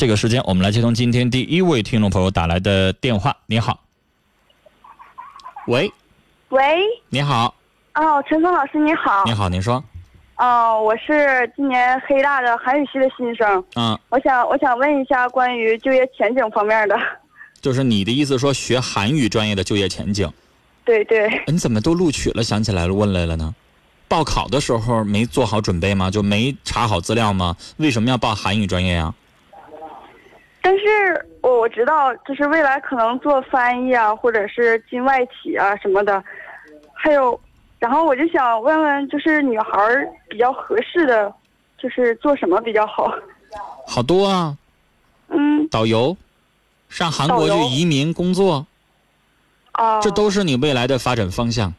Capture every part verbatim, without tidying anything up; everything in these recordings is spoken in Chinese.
这个时间我们来接通今天第一位听众朋友打来的电话。你好。喂。 喂。 你好。 哦，陈峰老师你好。 你好，您说。 哦，我是今年黑大的韩语系的新生。 嗯。 我想我想问一下关于就业前景方面的。 就是你的意思说学韩语专业的就业前景？ 对对。 你怎么都录取了，想起来了问来了呢？报考的时候没做好准备吗？就没查好资料吗？为什么要报韩语专业呀？ 但是我我知道，就是未来可能做翻译啊，或者是进外企啊什么的，还有，然后我就想问问，就是女孩比较合适的，就是做什么比较好？ 好多啊。 嗯。 导游，上韩国去移民工作。 哦。 这都是你未来的发展方向。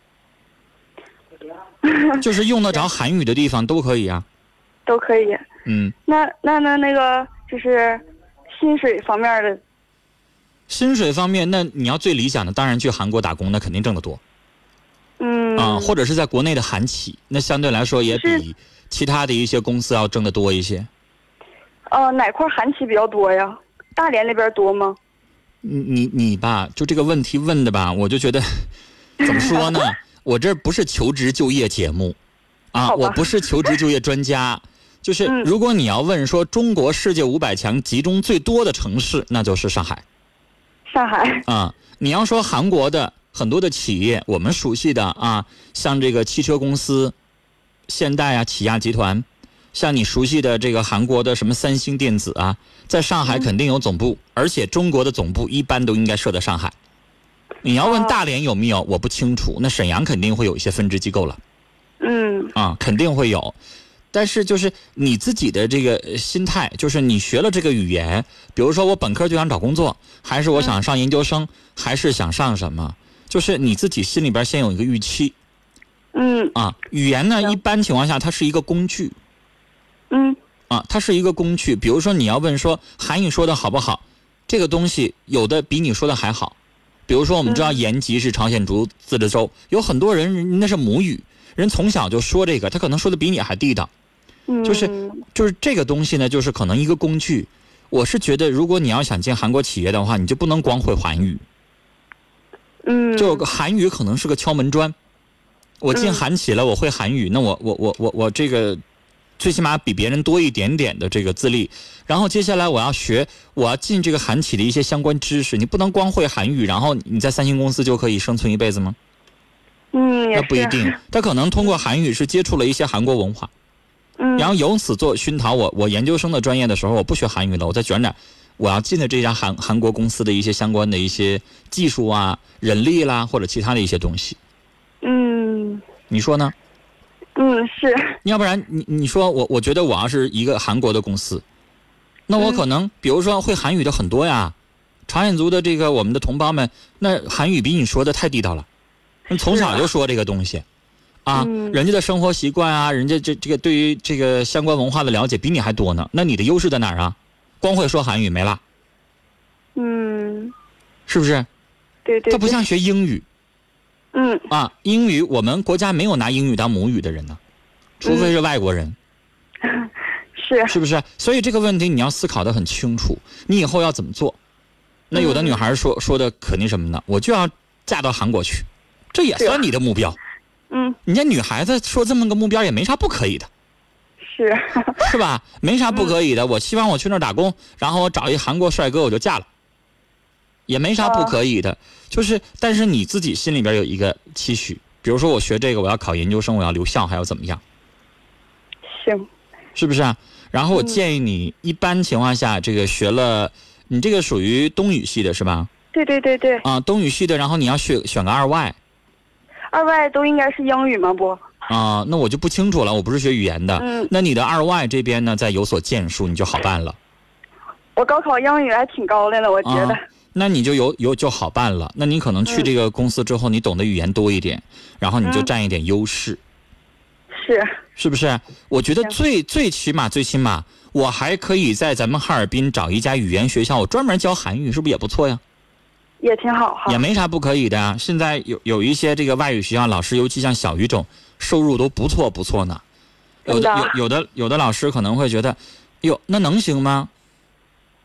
就是用得着韩语的地方都可以啊。 都可以。 嗯。 那那那那个就是薪水方面的。 薪水方面，那你要最理想的当然去韩国打工，那肯定挣得多。 嗯。 啊，或者是在国内的韩企，那相对来说也比其他的一些公司要挣得多一些。 呃，哪块韩企比较多呀？大连那边多吗？ 你你你吧，就这个问题问的吧，我就觉得怎么说呢？我这不是求职就业节目，啊，我不是求职就业专家。就是如果你要问说中国世界五百强集中最多的城市，那就是上海。 上海。 啊，你要说韩国的很多的企业，我们熟悉的啊，像这个汽车公司，现代啊、起亚集团，像你熟悉的这个韩国的什么三星电子啊，在上海肯定有总部，嗯、而且中国的总部一般都应该设在上海。你要问大连有没有，我不清楚。那沈阳肯定会有一些分支机构了。 嗯。 啊，肯定会有。但是就是你自己的这个心态，就是你学了这个语言，比如说我本科就想找工作，还是我想上研究生，嗯、还是想上什么，就是你自己心里边先有一个预期。 嗯。 啊，语言呢，一般情况下它是一个工具。 嗯。 啊，它是一个工具。比如说你要问说韩语说的好不好，这个东西有的比你说的还好。比如说我们知道延吉是朝鲜族自治州，有很多人那是母语，人从小就说这个，他可能说的比你还地道。就是就是这个东西呢，就是可能一个工具。我是觉得如果你要想进韩国企业的话，你就不能光会韩语。 嗯。 就韩语可能是个敲门砖。我进韩企了，我会韩语，那我我我我我这个最起码比别人多一点点的这个资历，然后接下来我要学，我要进这个韩企的一些相关知识。你不能光会韩语，然后你在三星公司就可以生存一辈子吗？ 嗯， 那不一定。他可能通过韩语是接触了一些韩国文化， 嗯， 然后由此做熏陶我。我研究生的专业的时候，我不学韩语了，我再卷点我要进的这家韩韩国公司的一些相关的一些技术啊、人力啦，或者其他的一些东西。 嗯， 你说呢？ 嗯，是。 要不然你你说我我觉得我要是一个韩国的公司，那我可能、嗯、比如说会韩语的很多呀，朝鲜族的这个我们的同胞们，那韩语比你说的太地道了，从小就说这个东西啊、嗯，人家的生活习惯啊，人家这这个对于这个相关文化的了解比你还多呢。那你的优势在哪儿啊？光会说韩语没了。 嗯， 是不是？ 对 对, 对。 它不像学英语。 嗯啊，英语我们国家没有拿英语当母语的人呢，除非是外国人。 嗯、是是不是？所以这个问题你要思考得很清楚，你以后要怎么做？那有的女孩说、嗯、说的肯定什么呢？我就要嫁到韩国去，这也算你的目标。 嗯， 人家女孩子说这么个目标也没啥不可以的。 是是吧？没啥不可以的、嗯。我希望我去那儿打工，然后我找一韩国帅哥我就嫁了，也没啥不可以的。哦、就是但是你自己心里边有一个期许，比如说我学这个我要考研究生，我要留校，还要怎么样？ 行， 是不是啊？然后我建议你、嗯、一般情况下这个学了，你这个属于东语系的是吧？ 对对对对。 啊，东语系的，然后你要选选个二外。 二外都应该是英语吗？不啊，那我就不清楚了，我不是学语言的。 嗯， 那你的二外这边呢，再有所建树，你就好办了。 我高考英语还挺高的呢，我觉得。 啊、那你就有有就好办了。那你可能去这个公司之后，嗯、你懂得语言多一点，然后你就占一点优势。 嗯、是。 是不是？我觉得最最起码最起码，我还可以在咱们哈尔滨找一家语言学校，我专门教韩语，是不是也不错呀？ 也挺好哈， 也没啥不可以的啊。现在有有一些这个外语学校老师，尤其像小语种，收入都不错不错呢。有的有有的有的老师可能会觉得，哟，那能行吗？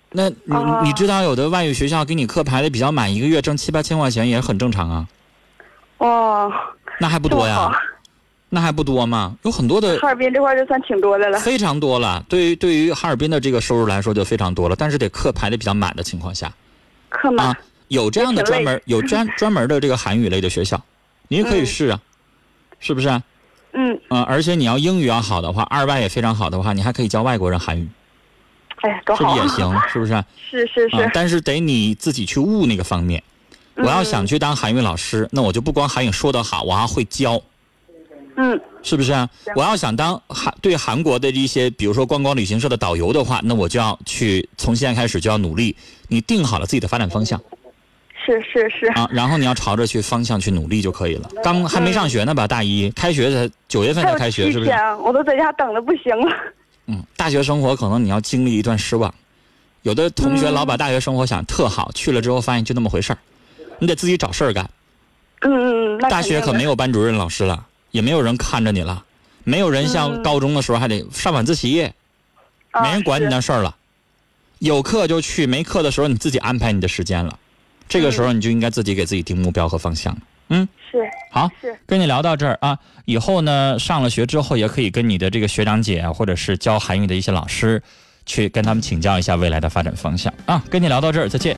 那你、 哦、 你知道有的外语学校给你课排的比较满，一个月挣七八千块钱也很正常啊。 哦， 那还不多呀？那还不多吗？有很多的。 哈尔滨这块就算挺多的了。 非常多了，对于对于哈尔滨的这个收入来说就非常多了，但是得课排的比较满的情况下。 课满、 啊、有这样的专门有专专门的这个韩语类的学校，你也可以试啊，嗯、是不是、啊？ 嗯。 啊、呃，而且你要英语要好的话，二外也非常好的话，你还可以教外国人韩语。 哎，多好、啊！ 是不是也行？是不是？ 是是是、 啊。但是得你自己去悟那个方面。我要想去当韩语老师，嗯、那我就不光韩语说得好，我还会教。 嗯。 是不是啊？我要想当韩对韩国的一些，比如说观光旅行社的导游的话，那我就要去从现在开始就要努力。你定好了自己的发展方向。 是是是。 啊，然后你要朝着去方向去努力就可以了。刚还没上学呢吧？大一开学才九月份才开学，是不是？ 我都在家等的不行了。 嗯，大学生活可能你要经历一段失望。有的同学老把大学生活想特好，嗯、去了之后发现就那么回事儿，你得自己找事儿干。 嗯嗯， 大学可没有班主任老师了。也没有人看着你了，没有人像高中的时候还得上晚自习，嗯、没人管你那事儿了。有课就去，没课的时候你自己安排你的时间了。这个时候你就应该自己给自己定目标和方向。嗯， 是好， 是跟你聊到这儿啊，以后呢上了学之后也可以跟你的这个学长姐或者是教韩语的一些老师去跟他们请教一下未来的发展方向啊。跟你聊到这儿，再见。